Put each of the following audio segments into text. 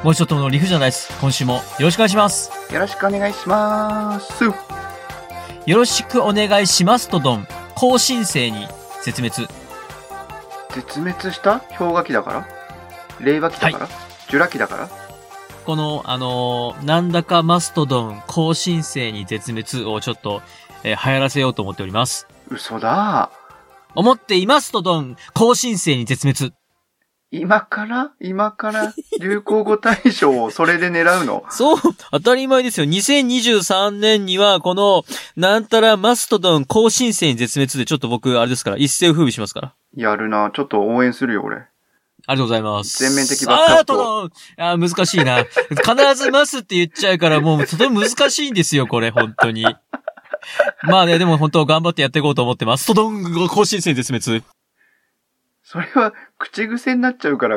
もうちょっとの理不尽なダイス、今週もよろしくお願いします。 よろしくお願いします。 よろしくお願いしますとドン。更新生に絶滅。 絶滅した氷河期だから令和期だから、ジュラ紀だから。 この、なんだかマストドン更新生に絶滅をちょっと、流行らせようと思っております。 嘘だ。 思っていますとドン更新生に絶滅。 今から流行語大賞をそれで狙うの？ そう、当たり前ですよ。2023年にはこの、なんたらマストドン更新生に絶滅でちょっと僕、あれですから、一世を風靡しますから。 やるな。ちょっと応援するよ、俺。 ありがとうございます。 全面的バックアップ。 難しいな。必ずますって言っちゃうから、もうとても難しいんですよ、これ、本当に。まあね、でも本当頑張ってやっていこうと思ってます。トドン更新生絶滅。 それは、口癖になっちゃうから、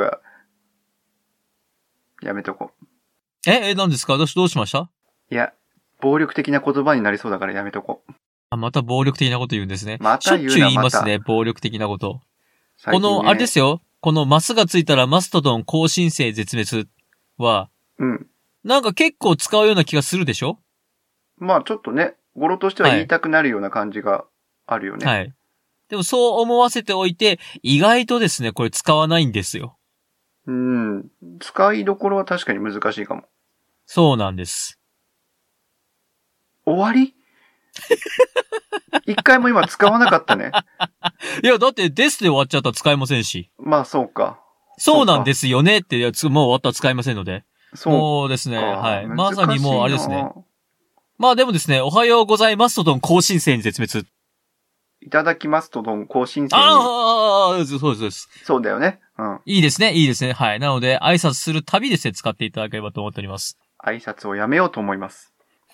やめとこう。 何ですか？どうしました？ いや、暴力的な言葉になりそうだからやめとこう。 また暴力的なこと言うんですね。 また言うな、 しょっちゅう言いますね、暴力的なこと。 最近ね、 この、あれですよ。このマスがついたらマストドン更新生絶滅は、なんか結構使うような気がするでしょ？ まあちょっとね、語呂としては言いたくなるような感じがあるよね。 はい。でもそう思わせておいて、意外とですね、これ使わないんですよ。 使いどころは確かに難しいかも。 そうなんです。 終わり？一回も今使わなかったね。 いや、だってですで終わっちゃったら使えませんし。 まあそうか。 そうなんですよねってやつ、もう終わったら使えませんので。 そうですね。はい。 難しいな。 まさにもうあれですね。まあでもですね、おはようございますとドン更新生に絶滅。 いただきますとドン更新生に。 そうです。 そうだよね。 いいですね。はい。なので、挨拶するたびですね、使っていただければと思っております。 挨拶をやめようと思います。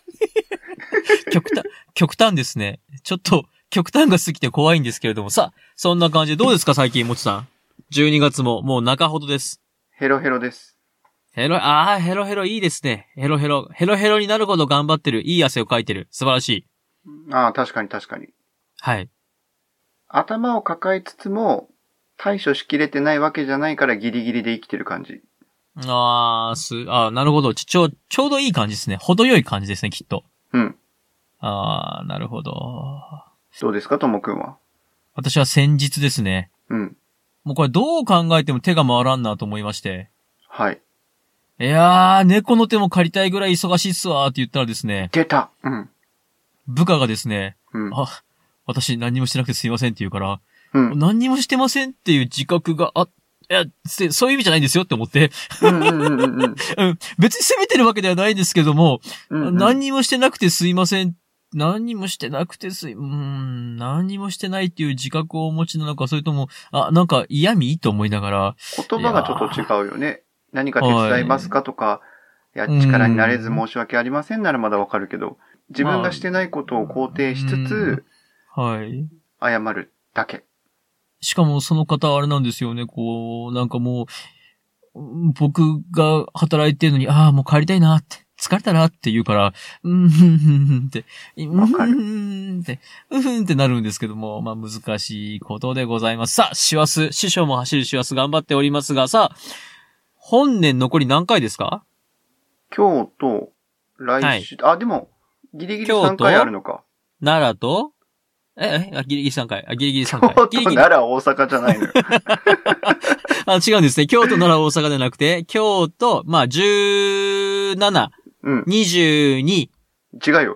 極端ですね。ちょっと、極端が過ぎて怖いんですけれども、さあ、そんな感じでどうですか最近、もちさん。12月ももう中ほどです。 ヘロヘロです。 ヘロヘロいいですね。ヘロヘロになるほど頑張ってる。いい汗をかいてる。素晴らしい。 確かに。 はい。 頭を抱えつつも、対処しきれてないわけじゃないからギリギリで生きてる感じ。 なるほど。ちょうどいい感じですね。程よい感じですね、きっと。なるほど。 どうですか、ともくんは。 私は先日ですね。もうこれどう考えても手が回らんなと思いまして。 はい。 いやー、猫の手も借りたいぐらい忙しいっすわーって言ったらですね。 出た。 部下がですね。私何にもしてなくてすいませんって言うから、何にもしてませんっていう自覚がそういう意味じゃないんですよって思って。別に責めてるわけではないんですけども、何にもしてなくてすいません。何にもしてないっていう自覚をお持ちなのか、それとも、なんか嫌味と思いながら。 言葉がちょっと違うよね。何か手伝いますかとか、力になれず申し訳ありませんならまだわかるけど、自分がしてないことを肯定しつつ、謝るだけ。 しかもその方あれなんですよね、こう、なんかもう、僕が働いてるのに、もう帰りたいなって、疲れたなって言うから、って、ってなるんですけども、まあ難しいことでございます。さあ、師匠も走る師走頑張っておりますが、さあ、本年残り何回ですか？ 今日と、来週、でも、ギリギリ3回あるのか。 奈良とギリギリ3回。ギリギリ3回。 京都、奈良、大阪じゃないのよ。 違うんですね。京都、奈良、大阪じゃなくて、京都、17、22。 違うよ。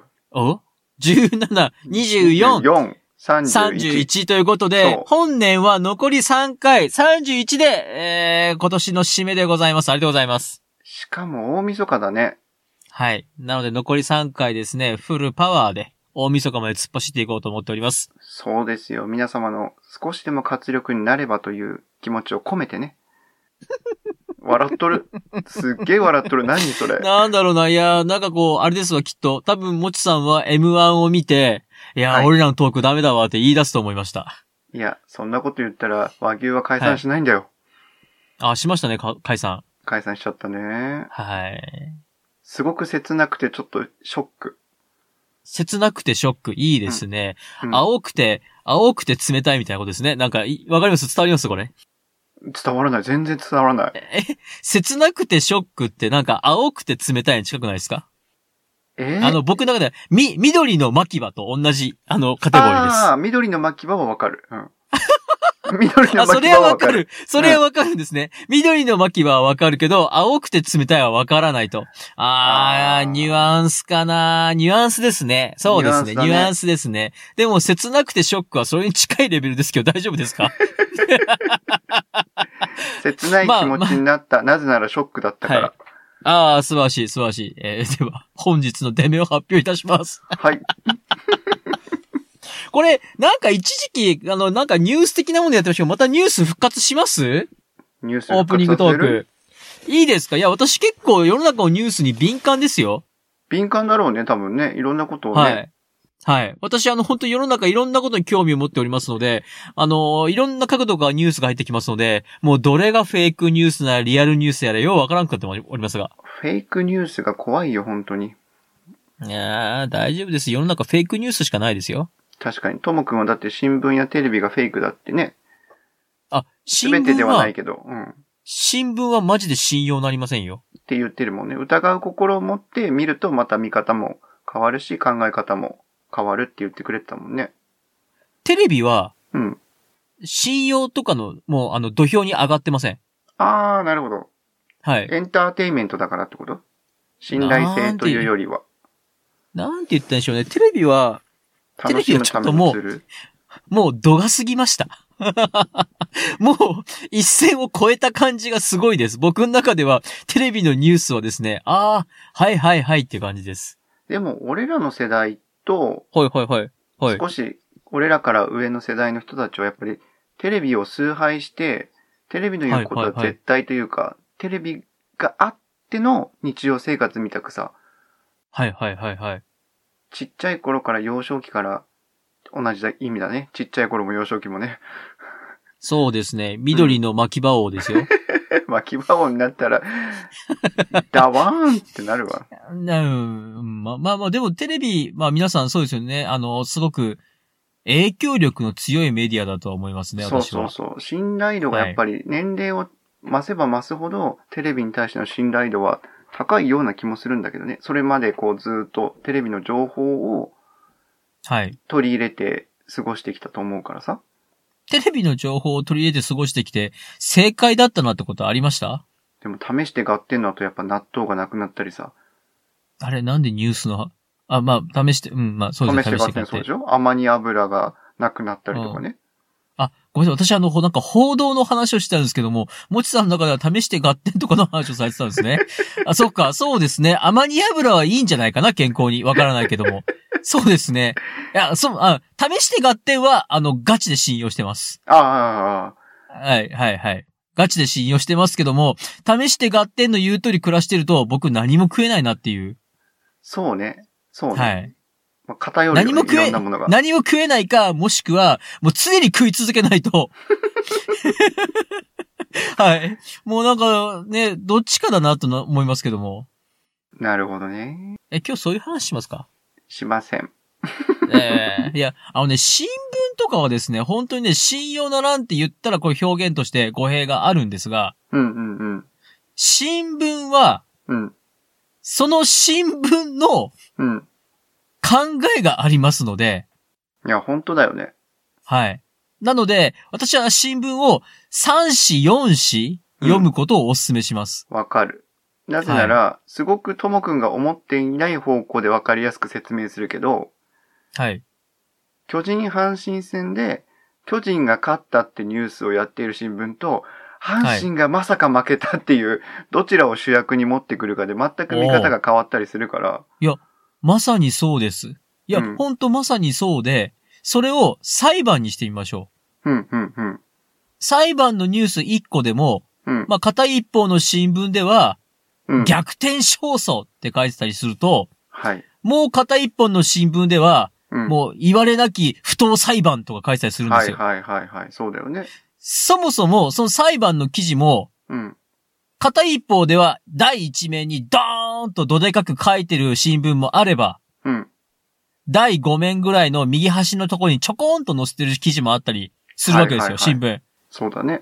17、24、31ということで、本年は残り3回、31で、今年の締めでございます。ありがとうございます。 しかも大晦日だね。 はい。なので残り3回ですね、フルパワーで、大晦日まで突っ走っていこうと思っております。 そうですよ。皆様の少しでも活力になればという気持ちを込めてね。笑っとる。すっげえ笑っとる。何それ。 なんだろうな。いや、なんかこう、あれですわ、きっと。多分、もちさんは M1 を見て、俺らのトークダメだわって言い出すと思いました。 いや、そんなこと言ったら和牛は解散しないんだよ。 しましたね、解散。 解散しちゃったね。 はい。 すごく切なくてちょっとショック。 切なくてショック。いいですね。青くて冷たいみたいなことですね。なんか、わかります？伝わりますこれ。 伝わらない。全然伝わらない。 切なくてショックってなんか青くて冷たいに近くないですか？僕の中では、緑の巻き場と同じ、カテゴリーです。 ああ、緑の巻き場はわかる。うん。緑の巻き場はわかる。 それはわかる。それはわかるんですね。緑の巻き場はわかるけど、青くて冷たいはわからないと。ニュアンスかな。ニュアンスですね。そうですね。ニュアンスですね。でも、切なくてショックはそれに近いレベルですけど、大丈夫ですか？ 切ない気持ちになった。なぜならショックだったから。 はい、素晴らしい、素晴らしい。では、本日のデメを発表いたします。 はい。 これ、なんか一時期、なんかニュース的なものやってましたけど、またニュース復活します？ ニュースオープニングトーク。いいですか？いや、私結構世の中のニュースに敏感ですよ。 敏感だろうね、多分ね。いろんなことをね。 はい。はい。私本当に世の中いろんなことに興味を持っておりますので、いろんな角度からニュースが入ってきますので、もうどれがフェイクニュースならリアルニュースやらようわからんくなっておりますが。 フェイクニュースが怖いよ、本当に。 いやー、大丈夫です。世の中フェイクニュースしかないですよ。 確かに。ともくんはだって新聞やテレビがフェイクだってね。 新聞は。 全てではないけど。うん。 新聞はマジで信用なりませんよ。 って言ってるもんね。疑う心を持って見るとまた見方も変わるし、考え方も変わるって言ってくれてたもんね。 テレビは、 うん。 信用とかの、もう土俵に上がってません。 あー、なるほど。 はい。 エンターテインメントだからってこと？信頼性というよりは。 なんて言ったんでしょうね。テレビはちょっともう度が過ぎました。もう一線を越えた感じがすごいです。僕の中ではテレビのニュースはですね、はいはいはいって感じです。 でも俺らの世代と、 はいはいはい。はい。 少し俺らから上の世代の人たちはやっぱりテレビを崇拝して、テレビの言うことは絶対というか、テレビがあっての日常生活みたくさ。 はいはいはいはい。 ちっちゃい頃から幼少期から同じ意味だね。ちっちゃい頃も幼少期もね。 そうですね。緑の巻き場王ですよ。 巻き場王になったら、ダワーンってなるわ。 まあ、でもテレビ、皆さんそうですよね。すごく影響力の強いメディアだとは思いますね、私は。 そう。信頼度がやっぱり年齢を増せば増すほど、テレビに対しての信頼度は高いような気もするんだけどね。それまでずっとテレビの情報を取り入れて過ごしてきたと思うからさ。 テレビの情報を取り入れて過ごしてきて、正解だったなってことありました？ でも試して合点の後やっぱ納豆がなくなったりさ。 あれなんでニュースの、試して、そうですね。 試して合点そうでしょ？アマニ油がなくなったりとかね。 ごめんなさい。私なんか報道の話をしてたんですけども、もちさんの中では試して合点とかの話をされてたんですね。そっか、そうですね。アマニ油はいいんじゃないかな、健康に。わからないけども。そうですね。いや、試して合点は、ガチで信用してます。 はい。 ガチで信用してますけども、試して合点の言う通り暮らしてると、僕何も食えないなっていう。 そうね。 はい。 偏るよね、いろんなものが。 何も食えないか、もしくは、もう常に食い続けないと。はい。もうなんかね、どっちかだなと思いますけども。 なるほどね。 今日そういう話しますか？ しません。 いや、新聞とかはですね、本当にね、信用ならんって言ったらこれ表現として語弊があるんですが、新聞は、その新聞の、考えがありますので。 いや、本当だよね。 はい。なので、私は新聞を3紙、4紙読むことをお勧めします。 わかる。なぜなら、すごくともくんが思っていない方向でわかりやすく説明するけど、 はい。 巨人阪神戦で、巨人が勝ったってニュースをやっている新聞と、阪神がまさか負けたっていう、どちらを主役に持ってくるかで全く見方が変わったりするから。 いや、まさにそうです。いや、ほんとまさにそうで、それを裁判にしてみましょう。 裁判のニュース1個でも、片一方の新聞では、逆転勝訴って書いてたりすると、もう片一本の新聞では、もう言われなき不当裁判とか書いてたりするんですよ。 そうだよね。 そもそも、その裁判の記事も、片一方では第一面にドーンとどでかく書いてる新聞もあれば、第5面ぐらいの右端のところにちょこんと載せてる記事もあったりするわけですよ、新聞。 そうだね。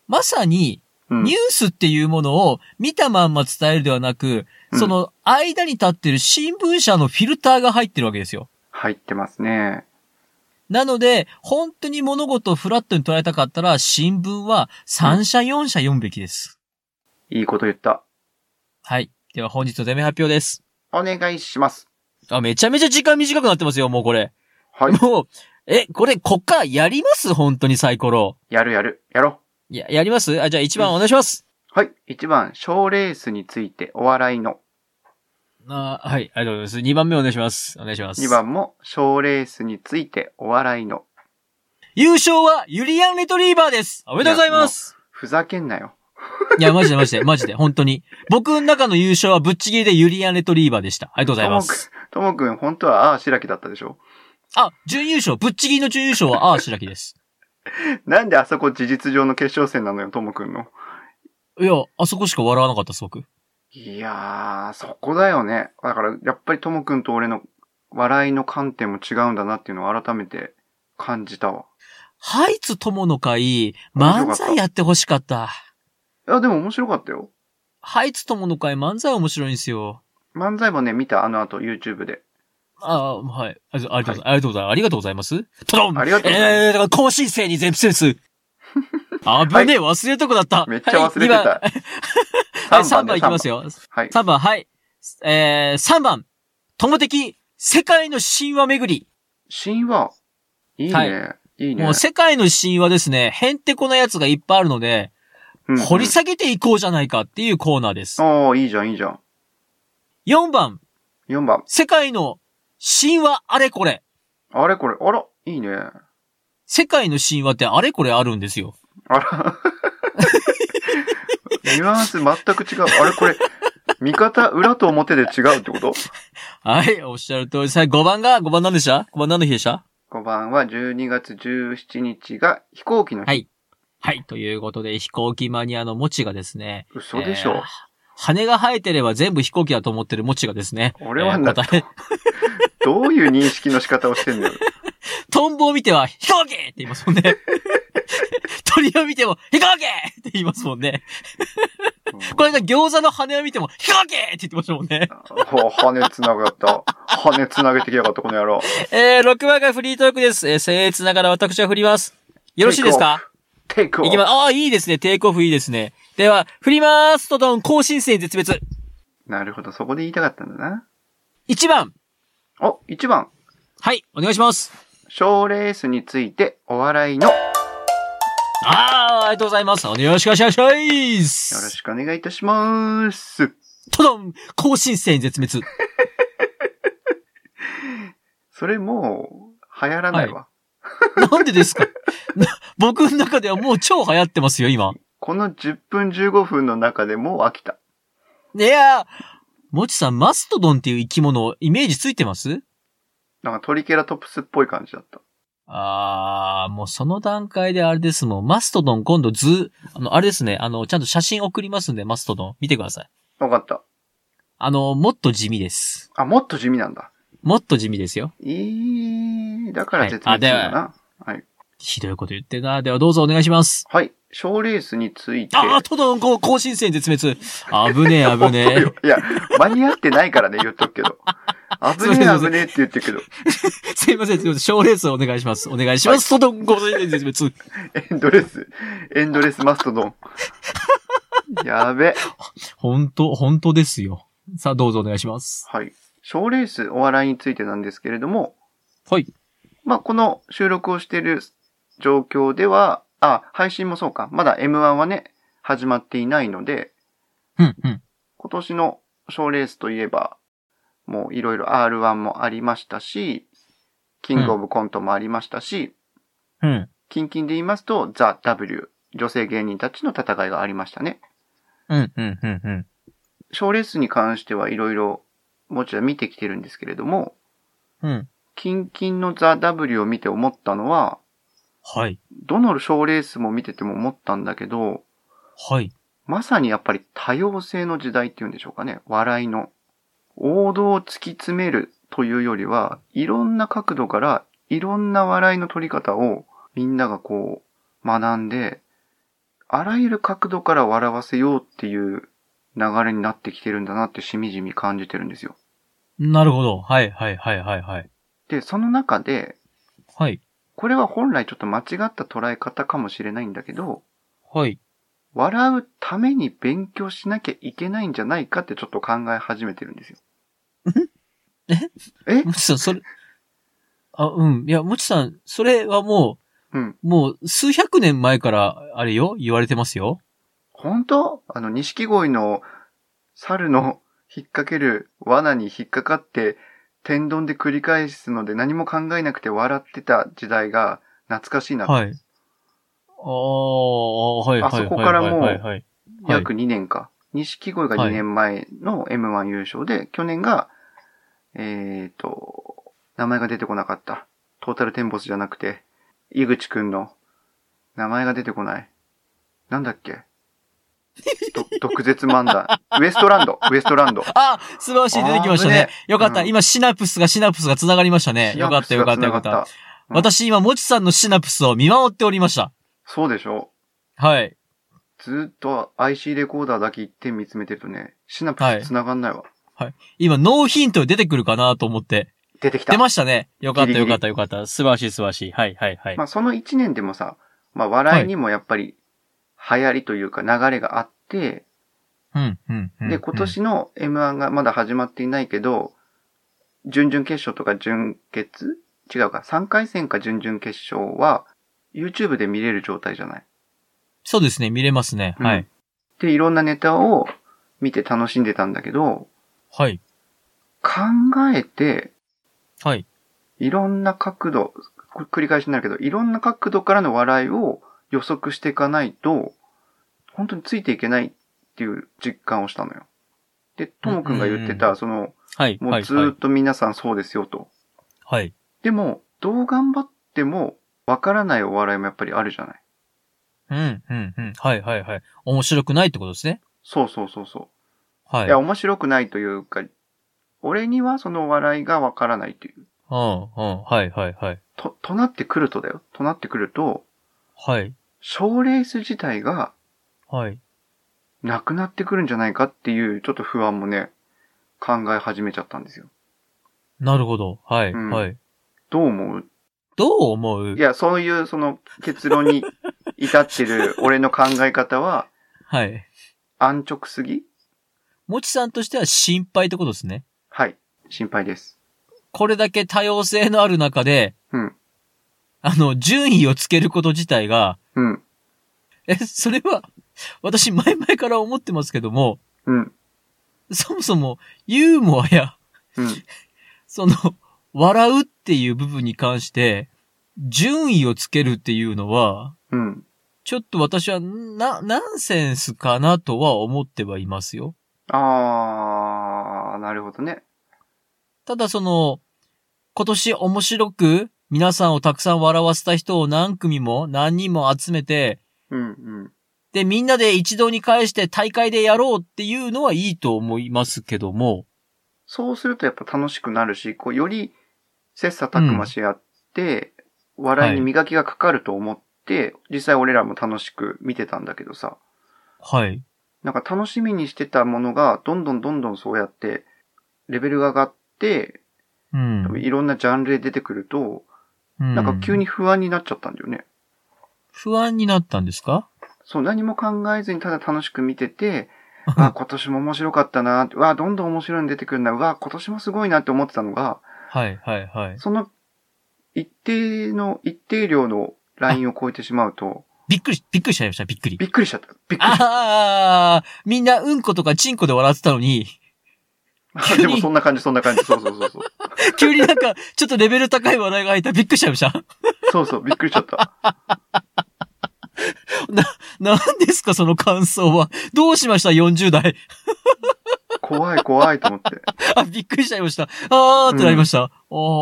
まさに、ニュースっていうものを見たまんま伝えるではなく、その間に立ってる新聞社のフィルターが入ってるわけですよ。 入ってますね。 なので、本当に物事をフラットに捉えたかったら、新聞は3社4社読むべきです。 いいこと言った。 はい。では本日の題名発表です。 お願いします。 めちゃめちゃ時間短くなってますよ、もうこれ。 はい。 もう、こっからやります本当にサイコロ。 やろう。やりますじゃあ1番お願いします。 はい。1番、賞レースについてお笑いの。 はい、ありがとうございます。2番目お願いします。お願いします。 2番も、賞レースについてお笑いの。 優勝はユリアン・レトリーバーです。おめでとうございます。 ふざけんなよ。 いや、マジで、本当に。僕の中の優勝はぶっちぎりでユリアン・レトリーバーでした。ありがとうございます。 ともくん、本当は白木だったでしょ？ 準優勝、ぶっちぎりの準優勝は白木です。 なんであそこ事実上の決勝戦なのよ、ともくんの。 いや、あそこしか笑わなかったです、僕。 いやー、そこだよね。だから、やっぱりともくんと俺の笑いの観点も違うんだなっていうのを改めて感じたわ。 ハイツ友の会、漫才やってほしかった。 いや、でも面白かったよ。 ハイツ友の会、漫才面白いんですよ。 漫才もね、見た、あの後 YouTube で。 はい。ありがとうございます。トドンありがとうございます。 だから更新生に全部センス。危ねえ、忘れるとこだった。 めっちゃ忘れてた。 はい、3番いきますよ。はい。3番、はい。3番。友的、世界の神話巡り。 神話いいね。はい、いいね。 もう世界の神話ですね。へんてこなやつがいっぱいあるので、掘り下げていこうじゃないかっていうコーナーです。 いいじゃん。 4番。世界の神話あれこれ。 あら、いいね。 世界の神話ってあれこれあるんですよ。 あら。ニュアンス全く違う。あれこれ、見方、裏と表で違うってこと？ はい、おっしゃる通り。5番何でした ?5 番何の日でした ?5 番は12月17日が飛行機の日。 はい。はい、ということで飛行機マニアのもちがですね。 嘘でしょ。 羽が生えてれば全部飛行機だと思ってるもちがですね。 俺はどういう認識の仕方をしてんのよ。 トンボを見ては飛行機って言いますもんね。鳥を見ても飛行機って言いますもんね。これが餃子の羽を見ても飛行機って言ってましたもんね。 羽つながった。羽つなげてきやがったこの野郎。 6番がフリートークです。僭越ながら私は振ります。よろしいですか？ テイクオフ。 いきます。いいですね。テイクオフいいですね。では、振りまーすとどん、更新生絶滅。 なるほど、そこで言いたかったんだな。 1番。 1番。 はい、お願いします。 賞レースについてお笑いの。 ありがとうございます。よろしくお願いします。 よろしくお願いいたします。 とどん、更新生絶滅。 それもう、流行らないわ。 なんでですか？僕の中ではもう超流行ってますよ、今。 この10分15分の中でもう飽きた。 いやもちさん、マストドンっていう生き物、イメージついてます？ なんかトリケラトプスっぽい感じだった。 もうその段階であれですもん。マストドン今度あれですね。ちゃんと写真送りますんで、マストドン。見てください。 わかった。 もっと地味です。 もっと地味なんだ。 もっと地味ですよ。 だから絶滅するんだな。はい。 ひどいこと言ってるな。ではどうぞお願いします。 はい。賞レースについて。 トドン更新生絶滅。危ねえ。 いや、間に合ってないからね、言っとくけど。危ねえって言ってるけど。 すいません。賞レースお願いします。お願いします。トドン更新生絶滅。 エンドレスマストドン。やべ。 本当ですよ。さあ、どうぞお願いします。 はい。賞レースお笑いについてなんですけれども。 はい。 この収録をしている状況では、配信もそうか。まだ M1 はね、始まっていないので、 今年の賞レースといえば、もういろいろ R1 もありましたし、キングオブコントもありましたし、近々で言いますと、ザ・ W、女性芸人たちの戦いがありましたね。賞レースに関してはいろいろ、もちろん見てきてるんですけれども、近々のザ・ W を見て思ったのは、 はい。 どの賞レースも見てても思ったんだけど、 はい。 まさにやっぱり多様性の時代っていうんでしょうかね。笑いの。王道を突き詰めるというよりは、いろんな角度からいろんな笑いの取り方をみんながこう学んで、 あらゆる角度から笑わせようっていう流れになってきてるんだなってしみじみ感じてるんですよ。 なるほど。はいはいはいはいはい。 で、その中で、 はい。 これは本来ちょっと間違った捉え方かもしれないんだけど、 はい。 笑うために勉強しなきゃいけないんじゃないかってちょっと考え始めてるんですよ。 もちさん、それ、いや、もちさん、それはもう数百年前から、あれよ、言われてますよ。 本当？錦鯉の猿の引っ掛ける罠に引っかかって、天丼で繰り返すので何も考えなくて笑ってた時代が懐かしいなと。 はい。はいはいはいはいはい。 あそこからもう、約2年か。錦鯉が2年前の M1 優勝で、去年が、名前が出てこなかった。トータルテンボスじゃなくて、井口くんの、名前が出てこない。なんだっけ毒舌漫談。ウエストランド。 あ、素晴らしい、出てきましたね。よかった。今、シナプスが繋がりましたね。よかったよかったよかった。私今、もちさんのシナプスを見守っておりました。 そうでしょ？ はい。 ずっと IC レコーダーだけ一点見つめてるとね、シナプス繋がんないわ。 はい。今、ノーヒントで出てくるかなと思って。 出てきた。 出ましたね。よかったよかったよかった。素晴らしい素晴らしい。はいはいはい。 まあその1年でもさ、まあ笑いにもやっぱり流行りというか流れがあって、で、今年の M1 がまだ始まっていないけど、準々決勝とか準決違うか、3回戦か準々決勝は YouTube で見れる状態じゃない？ そうですね、見れますね。はい。 で、いろんなネタを見て楽しんでたんだけど、 はい。 考えて、 はい。 いろんな角度、繰り返しになるけど、いろんな角度からの笑いを予測していかないと、本当についていけないっていう実感をしたのよ。で、ともくんが言ってた、 はい。 もうずーっと皆さんそうですよと。 はい。 でも、どう頑張っても、わからないお笑いもやっぱりあるじゃない。 はいはいはい。面白くないってことですね。 そう。 はい。 いや、面白くないというか、俺にはその笑いがわからないという。 はいはいはい。 となってくるとだよ。となってくると、 はい。 賞レース自体が、 はい。 なくなってくるんじゃないかっていう、ちょっと不安もね、考え始めちゃったんですよ。 なるほど。はい。はい。 どう思う？ いや、そういう、結論に至ってる俺の考え方は、 はい。 安直すぎ？ もちさんとしては心配ってことですね。 はい。心配です。 これだけ多様性のある中で、順位をつけること自体が、それは、私前々から思ってますけども、そもそも、ユーモアや、笑うっていう部分に関して、順位をつけるっていうのは、ちょっと私はナンセンスかなとは思ってはいますよ。 なるほどね。 ただ今年面白く皆さんをたくさん笑わせた人を何組も何人も集めて、で、みんなで一堂に会して大会でやろうっていうのはいいと思いますけども。 そうするとやっぱ楽しくなるし、より切磋琢磨し合って、笑いに磨きがかかると思って、実際俺らも楽しく見てたんだけどさ。 はい。 なんか楽しみにしてたものが、どんどんそうやって、レベルが上がって、いろんなジャンルで出てくると、なんか急に不安になっちゃったんだよね。 不安になったんですか？ そう、何も考えずにただ楽しく見てて、今年も面白かったな、どんどん面白いの出てくるな、今年もすごいなって思ってたのが、その一定量のラインを超えてしまうと、 びっくりしちゃいました、びっくり。 びっくりしちゃった。 みんなうんことかチンコで笑ってたのに。 でもそんな感じ。そう。 急になんか、ちょっとレベル高い笑いが入ったらびっくりしちゃいました。 そう、びっくりしちゃった。 なんですかその感想は。どうしました ?40 代。 怖いと思って。 びっくりしちゃいました。ってなりました。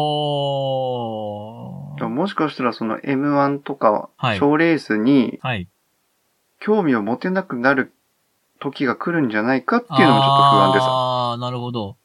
もしかしたらM1 とか、賞レースに、興味を持てなくなる時が来るんじゃないかっていうのもちょっと不安でさ。 なるほど。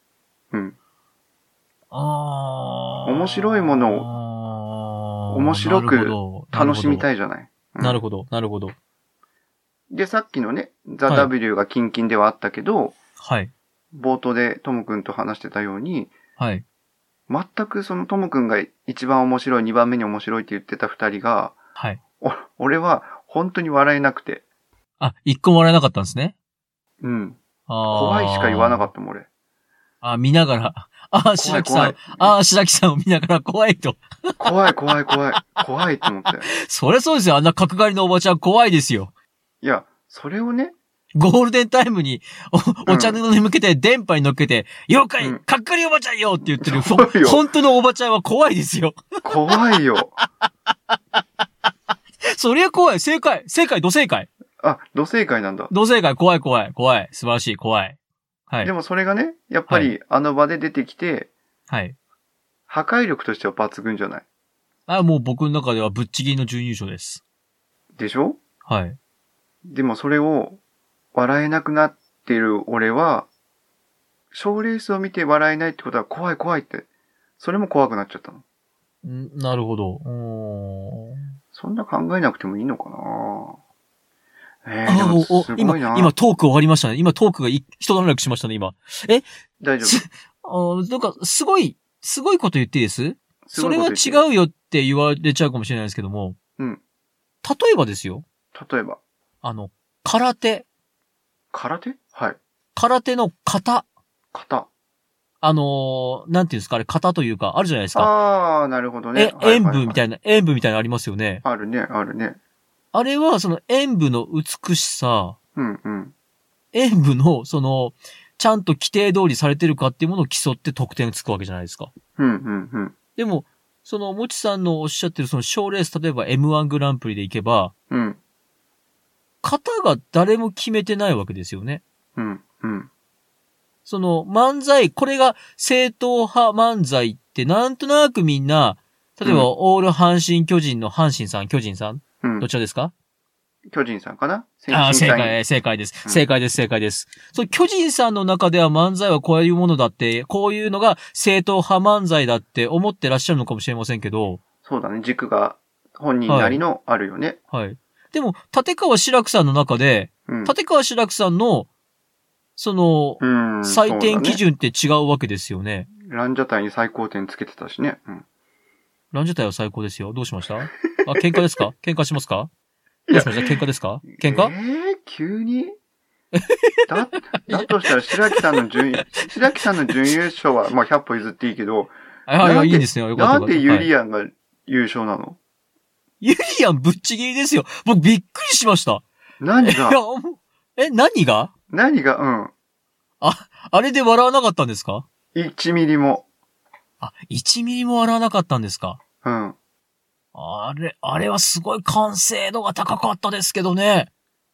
面白いものを面白く楽しみたいじゃない。 なるほど。 で、さっきのね、ザ・ W がキンキンではあったけど、 はい。 冒頭でトム君と話してたように、 はい。 全くそのトム君が一番面白い、二番目に面白いって言ってた二人が、 はい。 俺は本当に笑えなくて。 あ、一個も笑えなかったんですね。 うん。怖いしか言わなかったもん、俺。 見ながら。白木さん。白木さんを見ながら怖いと。 怖いって思って。 そりゃそうですよ。あんな角刈りのおばちゃん怖いですよ。 いや、それをね。 ゴールデンタイムにお茶布に向けて電波に乗っけて、妖怪、角刈りおばちゃんよって言ってる。本当のおばちゃんは怖いですよ。 怖いよ。 そりゃ怖い。正解、土正解。 土正解なんだ。 土正解、怖い。素晴らしい、怖い。はい。 でもそれがね、やっぱりあの場で出てきて、 はい。 破壊力としては抜群じゃない？ もう僕の中ではぶっちぎりの準優勝です。 でしょ？ はい。 でもそれを笑えなくなってる俺は、賞レースを見て笑えないってことは怖いって。それも怖くなっちゃったの。 なるほど。 そんな考えなくてもいいのかな。でもすごいな。 今トーク終わりましたね。今トークが一段落しましたね、今。 大丈夫。なんか、すごいこと言っていいです？それは違うよって言われちゃうかもしれないですけども。 うん。 例えばですよ。 例えば。 空手。 空手？はい。 空手の型。 型。 なんていうんですか、あれ、型というか、あるじゃないですか。 なるほどね。 演舞みたいなのありますよね。 あるね。 あれは、その演舞の美しさ、演舞の、ちゃんと規定通りされてるかっていうものを競って得点つくわけじゃないですか。でも、もちさんのおっしゃってる賞レース、例えば M1 グランプリでいけば、型が誰も決めてないわけですよね。漫才、これが正統派漫才ってなんとなくみんな、例えば、オール阪神巨人の阪神さん、巨人さん、どちらですか？ 巨人さんかな？ 正解です。正解です。巨人さんの中では漫才はこういうものだって、こういうのが正統派漫才だって思ってらっしゃるのかもしれませんけど。 そうだね。軸が本人なりのあるよね。 はい。でも、立川志らくさんの中で、立川志らくさんの、採点基準って違うわけですよね。 ランジャタイに最高点つけてたしね。 ランジャタイは最高ですよ。どうしました？喧嘩ですか？喧嘩しますか？どうしました？喧嘩ですか？喧嘩？ 急にだとしたら白木さんの準優勝は、100歩譲っていいけど。 いいんですよ。よかった。 なんでユリアンが優勝なの？ ユリアンぶっちぎりですよ。僕びっくりしました。 何が？ 何が？あれで笑わなかったんですか ？1ミリも。 1ミリも笑わなかったんですか？ あれはすごい完成度が高かったですけどね。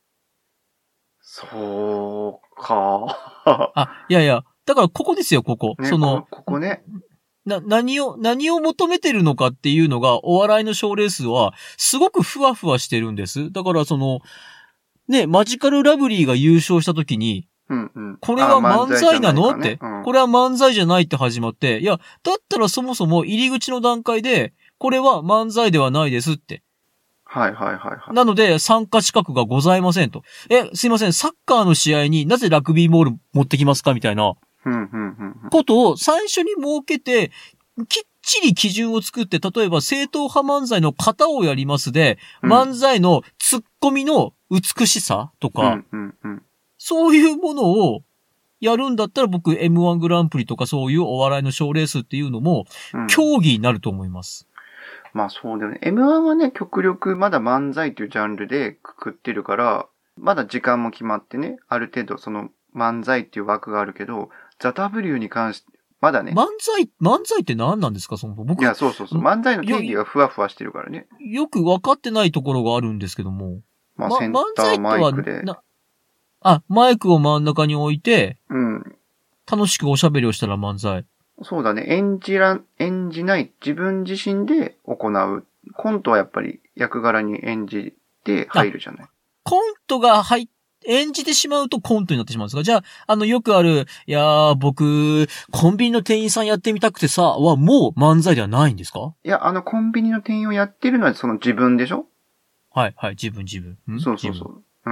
そうか。 いや、だからここですよ、ここ。 ね、ここね。 何を求めてるのかっていうのが、お笑いの賞レースは、すごくふわふわしてるんです。だからマジカルラブリーが優勝した時に、これは漫才なのって、これは漫才じゃないって始まって、いや、だったらそもそも入り口の段階で、これは漫才ではないですって。なので、参加資格がございませんと。すいません、サッカーの試合になぜラグビーボール持ってきますかみたいな、ことを最初に設けて、きっちり基準を作って、例えば正統派漫才の型をやりますで、漫才のツッコミの美しさとか、そういうものをやるんだったら僕 M1 グランプリとかそういうお笑いの賞レースっていうのも競技になると思います。 そうだよね。M1 はね、極力まだ漫才というジャンルでくくってるから、まだ時間も決まってね、ある程度漫才っていう枠があるけど、ザ・ W に関して、まだね。 漫才って何なんですか僕。 いや、そう。漫才の定義がふわふわしてるからね。 よく分かってないところがあるんですけども。 センターマイクで。 マイクを真ん中に置いて、楽しくおしゃべりをしたら漫才。 そうだね。演じない、自分自身で行う。コントはやっぱり役柄に演じて入るじゃない。 コントが演じてしまうとコントになってしまうんですか？じゃあ、よくある、僕、コンビニの店員さんやってみたくてさ、はもう漫才ではないんですか？ いや、コンビニの店員をやってるのは自分でしょ？ はい、自分。 そう。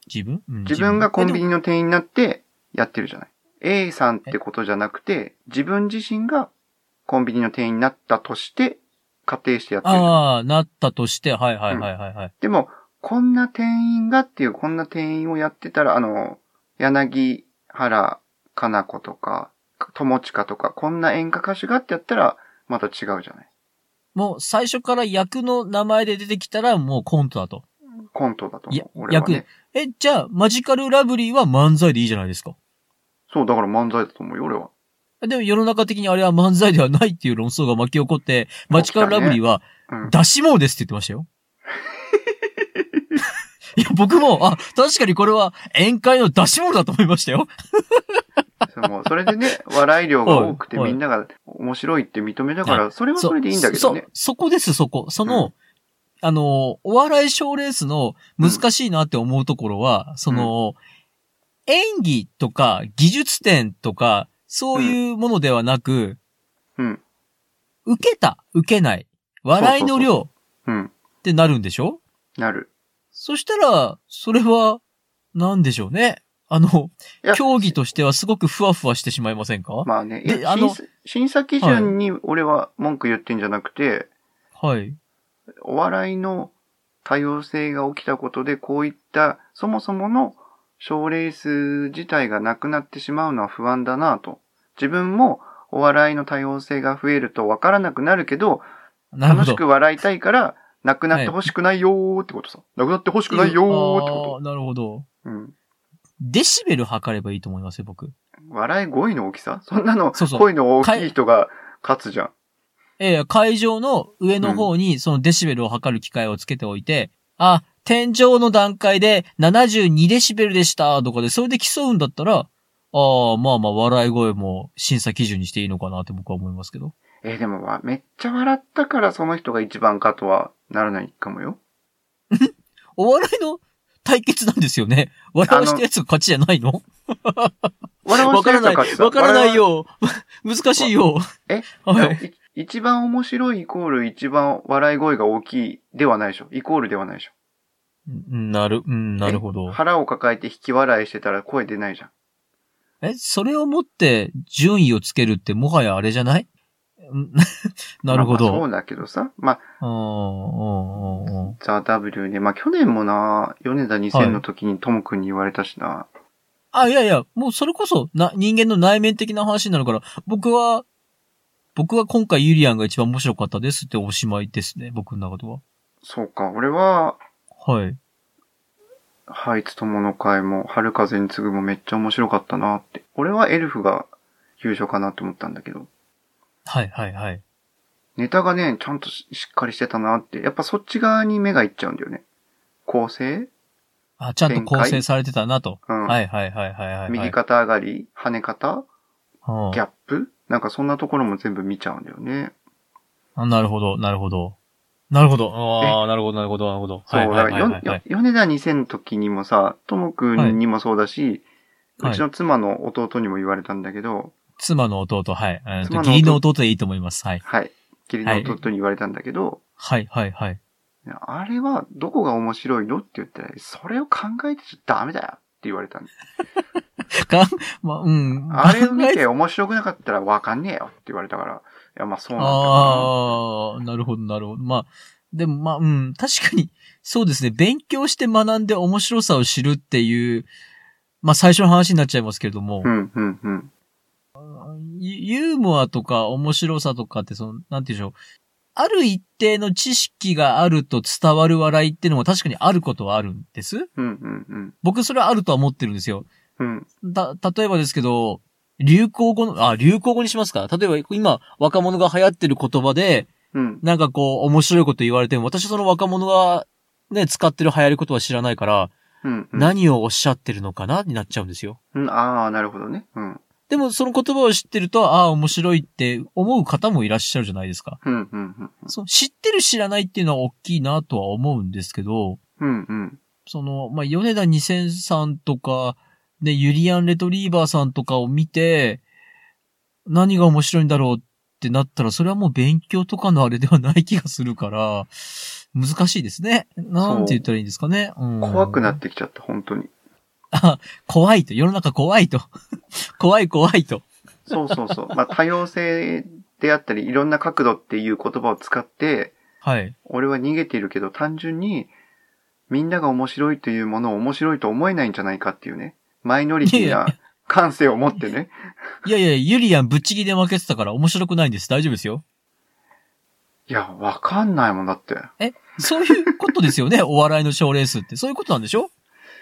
自分がコンビニの店員になってやってるじゃない。A さんってことじゃなくて、自分自身がコンビニの店員になったとして、仮定してやってる。 ああ、なったとして、はいはいはいはい。 でも、こんな店員がっていう、こんな店員をやってたら、柳原かな子とか、友近とか、こんな演歌歌手がってやったら、また違うじゃない。 もう最初から役の名前で出てきたらもうコントだと。 コントだと思う。俺はね。 役。じゃあ、マジカルラブリーは漫才でいいじゃないですか。 そう、だから漫才だと思うよ、俺は。でも世の中的にあれは漫才ではないっていう論争が巻き起こって、マジカルラブリーは、出し物ですって言ってましたよ。いや、僕も、確かにこれは宴会の出し物だと思いましたよ。 それでね、笑い量が多くてみんなが面白いって認めたから、それはそれでいいんだけどね。 そこです、そこ。お笑い賞レースの難しいなって思うところは、演技とか技術点とか、そういうものではなく、受けた、受けない、笑いの量ってなるんでしょ？ なる。 そしたら、それは、なんでしょうね。競技としてはすごくふわふわしてしまいませんか？ まあね。で、審査基準に俺は文句言ってんじゃなくて、 はい。 お笑いの多様性が起きたことで、こういったそもそもの賞レース自体がなくなってしまうのは不安だなと。自分もお笑いの多様性が増えると分からなくなるけど、楽しく笑いたいから、なくなってほしくないよーってことさ。なくなってほしくないよーってこと。 なるほど。デシベル測ればいいと思いますよ、僕。 笑い声の大きさ？そんなの、声の大きい人が勝つじゃん。 会場の上の方にそのデシベルを測る機械をつけておいて、天井の段階で72デシベルでしたとかで、それで競うんだったら、まあまあ笑い声も審査基準にしていいのかなって僕は思いますけど。 でもめっちゃ笑ったからその人が一番かとはならないかもよ。 お笑いの対決なんですよね。笑わしたやつが勝ちじゃないの？ 笑わしたやつが勝ちだ。 わからないよ。難しいよ。 はい。一番面白いイコール一番笑い声が大きいではないでしょ。イコールではないでしょ。 なるほど。 腹を抱えて引き笑いしてたら声出ないじゃん。 それをもって順位をつけるってもはやあれじゃない？なるほど。 そうだけどさ。ザ・ W ね。去年もな、米田2000の時にともくんに言われたしな。 いや、もうそれこそ人間の内面的な話になるから、僕は今回ユリアンが一番面白かったですっておしまいですね、僕の中では。 そうか、俺は、 はい。 ハイツ友の会も、春風に次ぐもめっちゃ面白かったなって。俺はエルフが優勝かなって思ったんだけど。 はい。 ネタがね、ちゃんとしっかりしてたなって。やっぱそっち側に目がいっちゃうんだよね。構成？ ちゃんと構成されてたなと。はい。 右肩上がり、跳ね方、ギャップなんかそんなところも全部見ちゃうんだよね。 なるほど。なるほど。そう、だから米田2000の時にもさ、ともくんにもそうだし、うちの妻の弟にも言われたんだけど、 妻の弟、はい。義理の弟でいいと思います。はい。 はい。義理の弟に言われたんだけど、 はい。 あれはどこが面白いのって言ったら、それを考えてちゃダメだよって言われたんです。あれを見て面白くなかったらわかんねえよって言われたから、いや、そうなんだよな。 なるほど。でも確かに、そうですね。勉強して学んで面白さを知るっていう、最初の話になっちゃいますけれども、ユーモアとか面白さとかってなんて言うんでしょう。ある一定の知識があると伝わる笑いっていうのも確かにあることはあるんです。僕それはあるとは思ってるんですよ。例えばですけど、流行語にしますか？例えば今若者が流行ってる言葉で、なんか面白いこと言われても、私その若者がね、使ってる流行りことは知らないから、何をおっしゃってるのかなになっちゃうんですよ。 なるほどね。 でもその言葉を知ってると、面白いって思う方もいらっしゃるじゃないですか。知ってる知らないっていうのは大きいなとは思うんですけど、米田2000さんとか、ね、ユリアン・レトリーバーさんとかを見て、何が面白いんだろうってなったら、それはもう勉強とかのあれではない気がするから、 難しいですね。なんて言ったらいいんですかね。 怖くなってきちゃった、本当に。 怖いと。世の中怖いと。怖いと。 そうそうそう。まあ、多様性であったり、いろんな角度っていう言葉を使って、 はい。 俺は逃げているけど、単純に、みんなが面白いというものを面白いと思えないんじゃないかっていうね。マイノリティな感性を持ってね。 いや、ユリアンぶっちぎりで負けてたから面白くないんです。大丈夫ですよ。 いや、わかんないもんだって。 そういうことですよね。お笑いの賞レースって。そういうことなんでしょ？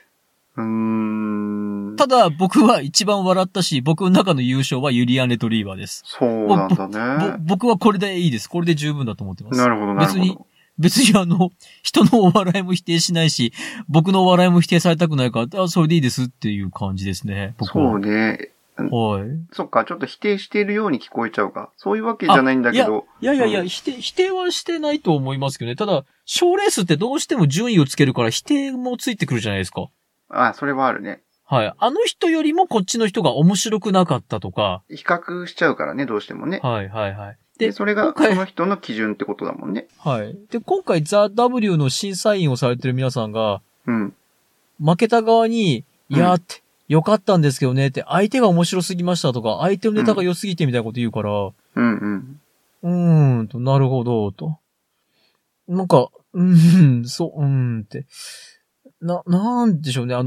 ただ、僕は一番笑ったし、僕の中の優勝はユリアン・レトリーバーです。 そうなんだね。 僕はこれでいいです。これで十分だと思ってます。 なるほど、なるほど。 別に人のお笑いも否定しないし、僕のお笑いも否定されたくないから、それでいいですっていう感じですね。僕は。 そうね。 はい。 そっか、ちょっと否定しているように聞こえちゃうか。そういうわけじゃないんだけど。 いや、否定はしてないと思いますけどね。ただ、賞レースってどうしても順位をつけるから否定もついてくるじゃないですか。 それはあるね。 はい。あの人よりもこっちの人が面白くなかったとか。 比較しちゃうからね、どうしてもね。 はい。 で、それがその人の基準ってことだもんね。 はい。で、今回ザ・ W の審査員をされてる皆さんが、負けた側に、いやーって、よかったんですけどねって、相手が面白すぎましたとか、相手のネタが良すぎてみたいなこと言うから、なるほど、と。なんか、って。なんでしょうね、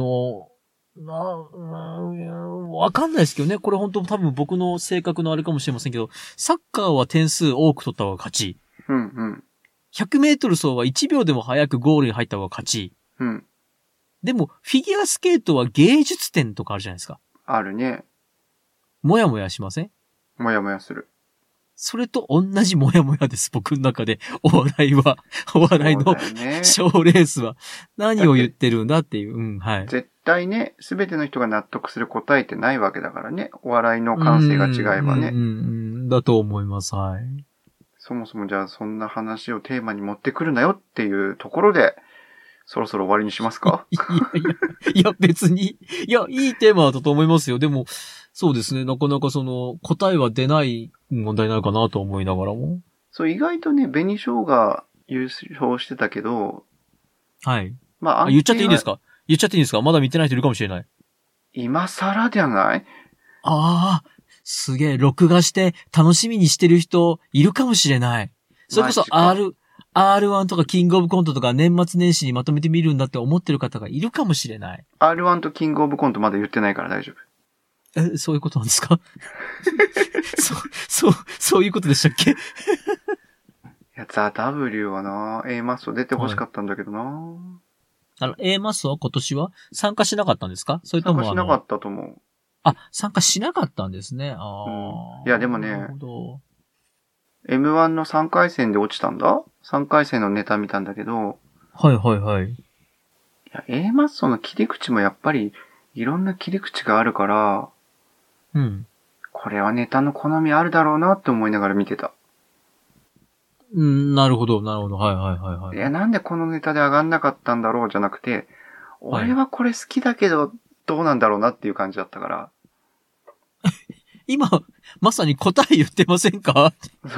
わかんないですけどね。これ本当多分僕の性格のあれかもしれませんけど、サッカーは点数多く取った方が勝ち。100メートル走は1秒でも早くゴールに入った方が勝ち。でも、フィギュアスケートは芸術点とかあるじゃないですか。 あるね。 もやもやしません？ もやもやする。 それと同じもやもやです、僕の中で。お笑いの賞レースは。何を言ってるんだっていう。はい。 絶対ね、すべての人が納得する答えってないわけだからね。お笑いの感性が違えばね。 だと思います、はい。 そもそもじゃあそんな話をテーマに持ってくるなよっていうところで、そろそろ終わりにしますか？ いや、別に。いや、いいテーマだったと思いますよ。でも、そうですね。なかなか答えは出ない問題なのかなと思いながらも。 そう、意外とね、紅生姜優勝してたけど。 はい。言っちゃっていいんですか？まだ見てない人いるかもしれない。 今更じゃない？ すげえ、録画して楽しみにしてる人いるかもしれない。それこそ R1 とかキングオブコントとか年末年始にまとめてみるんだって思ってる方がいるかもしれない。 R1 とキングオブコントまだ言ってないから大丈夫。そういうことなんですか？そういうことでしたっけ？いや、ザ・ W はな、A マッソ出て欲しかったんだけどな。 A マッソは今年は参加しなかったんですか？それとも参加しなかったと思う。 参加しなかったんですね。 いや、でもね、M1 の3回戦で落ちたんだ ?3 回戦のネタ見たんだけど。 はい。 いや、A マッソの切り口もやっぱり、いろんな切り口があるから、これはネタの好みあるだろうなって思いながら見てた。 なるほど。はい。 いや、なんでこのネタで上がんなかったんだろうじゃなくて、俺はこれ好きだけど、どうなんだろうなっていう感じだったから。 今、まさに答え言ってませんか？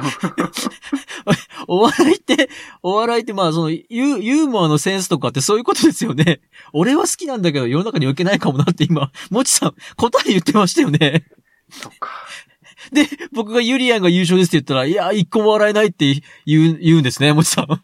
お笑いって、ユーモアのセンスとかってそういうことですよね。俺は好きなんだけど世の中に受けないかもなって今、もちさん答え言ってましたよね。 そっか。 で、僕がユリアンが優勝ですって言ったら、いや、一個も笑えないって言うんですね、もちさん。い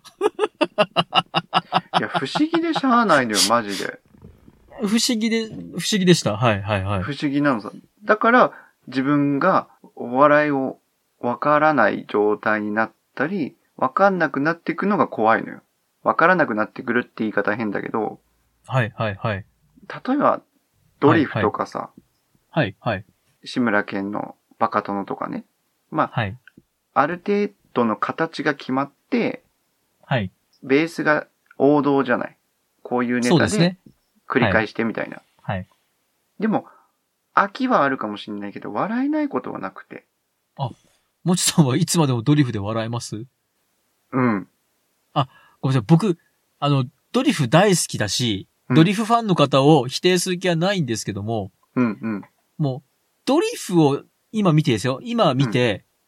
や、不思議でしゃあないのよ、マジで。 不思議でした。はい。 不思議なのさ。だから、自分がお笑いをわからない状態になったり、わかんなくなっていくのが怖いのよ。わからなくなってくるって言い方変だけど。 はい。 例えば、ドリフとかさ。 はい。 志村けんのバカ殿とかね。 はい。 ある程度の形が決まって、 はい。 ベースが王道じゃない。こういうネタで繰り返してみたいな。 はい。 でも、飽きはあるかもしれないけど、笑えないことはなくて。 もちさんはいつまでもドリフで笑えます？ うん。 ごめんなさい。僕、ドリフ大好きだし、ドリフファンの方を否定する気はないんですけども、もう、ドリフを今見てですよ。今見て、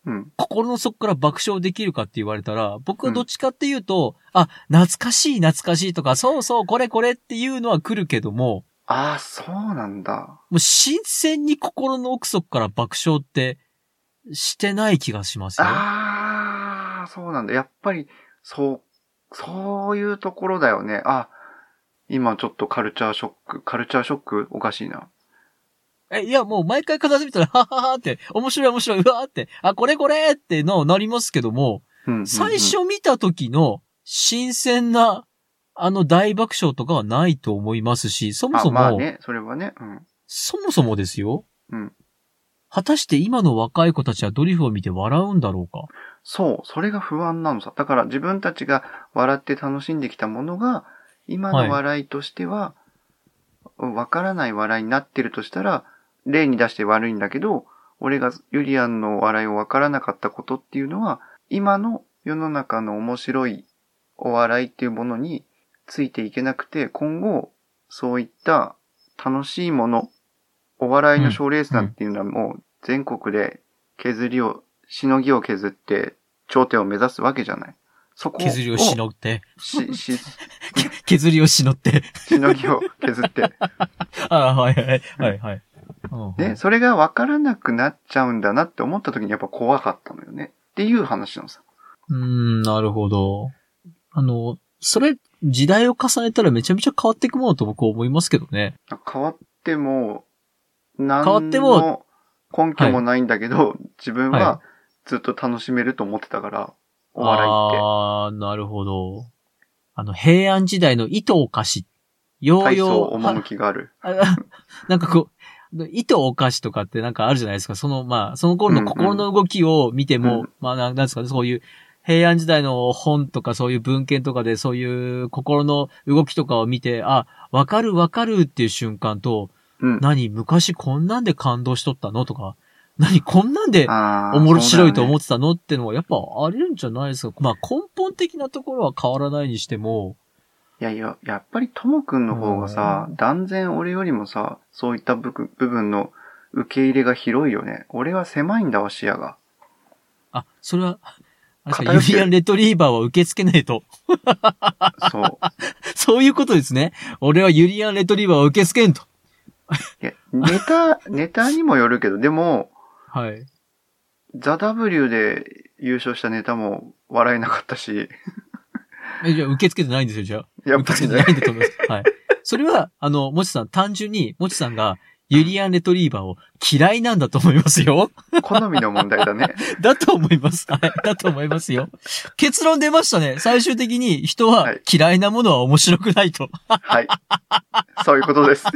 心の底から爆笑できるかって言われたら、僕はどっちかっていうと、懐かしいとか、そうそう、これっていうのは来るけども、 そうなんだ。 もう新鮮に心の奥底から爆笑ってしてない気がしますよ。 そうなんだ。やっぱり、そういうところだよね。今ちょっとカルチャーショックおかしいな。 いや、もう毎回必ず見たら、はははって、面白い、うわーって、これってのなりますけども、最初見た時の新鮮な、大爆笑とかはないと思いますし、そもそも、 まあね、それはね、 そもそもですよ。果たして今の若い子たちはドリフを見て笑うんだろうか。 そう、それが不安なのさ。だから自分たちが笑って楽しんできたものが、今の笑いとしては、わからない笑いになってるとしたら、例に出して悪いんだけど、俺がユリアンの笑いをわからなかったことっていうのは、今の世の中の面白いお笑いっていうものについていけなくて、今後、そういった楽しいもの、お笑いの賞レースなんていうのはもう全国でしのぎを削って頂点を目指すわけじじゃない。そこを。 削りをしのって。削りをしのって。 しのぎを削って。 はい。 で、それが分からなくなっちゃうんだなって思った時にやっぱ怖かったのよね。っていう話なのさ。 なるほど。それ、時代を重ねたらめちゃめちゃ変わっていくものと僕は思いますけどね。 変わっても、何の根拠もないんだけど、自分はずっと楽しめると思ってたから、お笑いって。 なるほど。平安時代の糸おかし。 大層趣がある。 なんかこう、糸おかしとかってなんかあるじゃないですか。その頃の心の動きを見ても、なんですかね、そういう平安時代の本とかそういう文献とかでそういう心の動きとかを見て、わかるっていう瞬間と、昔こんなんで感動しとったのとか、こんなんで面白いと思ってたのってのはやっぱあるんじゃないですか。根本的なところは変わらないにしても。 いや、やっぱりともくんの方がさ、断然俺よりもさ、そういった部分の受け入れが広いよね。俺は狭いんだわ、視野が。 それは、ユリアンレトリーバーは受け付けないと。 そう。 そういうことですね。俺はユリアンレトリーバーは受け付けんと。 いや、ネタにもよるけど、でも、 はい。 ザ・ W で優勝したネタも笑えなかったし。 じゃあ受け付けてないんですよ、じゃあ。 やっぱりね。 受け付けてないんだと思います。はい。それは、もちさん、単純に、もちさんが、ユリアンレトリーバーを嫌いなんだと思いますよ。 好みの問題だね。 だと思います。はい。だと思いますよ。結論出ましたね。最終的に人は嫌いなものは面白くないと。 はい。そういうことです。はい、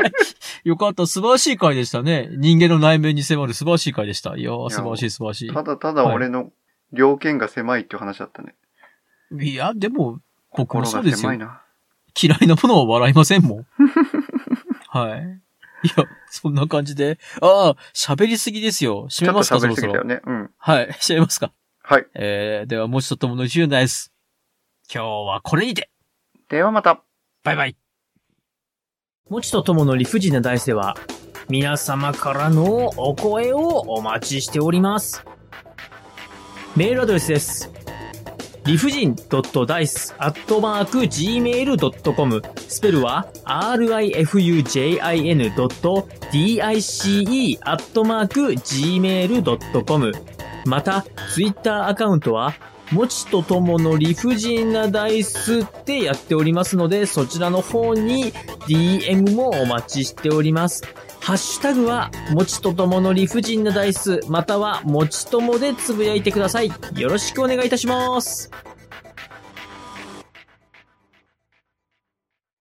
よかった。素晴らしい回でしたね。人間の内面に迫る素晴らしい回でした。いやー、素晴らしい。 ただ俺の猟犬が狭いっていう話だったね。 いや、でも、僕もそうですよ。 心が狭いな。 嫌いなものは笑いませんもん。はい。いや、そんな感じで。喋りすぎですよ。閉めますか、 ちょっと喋りすぎたよね。 はい、閉めますか。 はい。 では、もちとともの10代です。今日はこれにて。 ではまた。 バイバイ。もちとともの理不尽なダイスでは、皆様からのお声をお待ちしております。メールアドレスです。理不尽 .dice@gmail.com スペルは rifujin.dice@gmail.com また、ツイッターアカウントは、もちとともの理不尽なダイスってやっておりますので、そちらの方に DM もお待ちしております。ハッシュタグは、もちとともの理不尽なダイス、または、もちともでつぶやいてください。よろしくお願いいたします。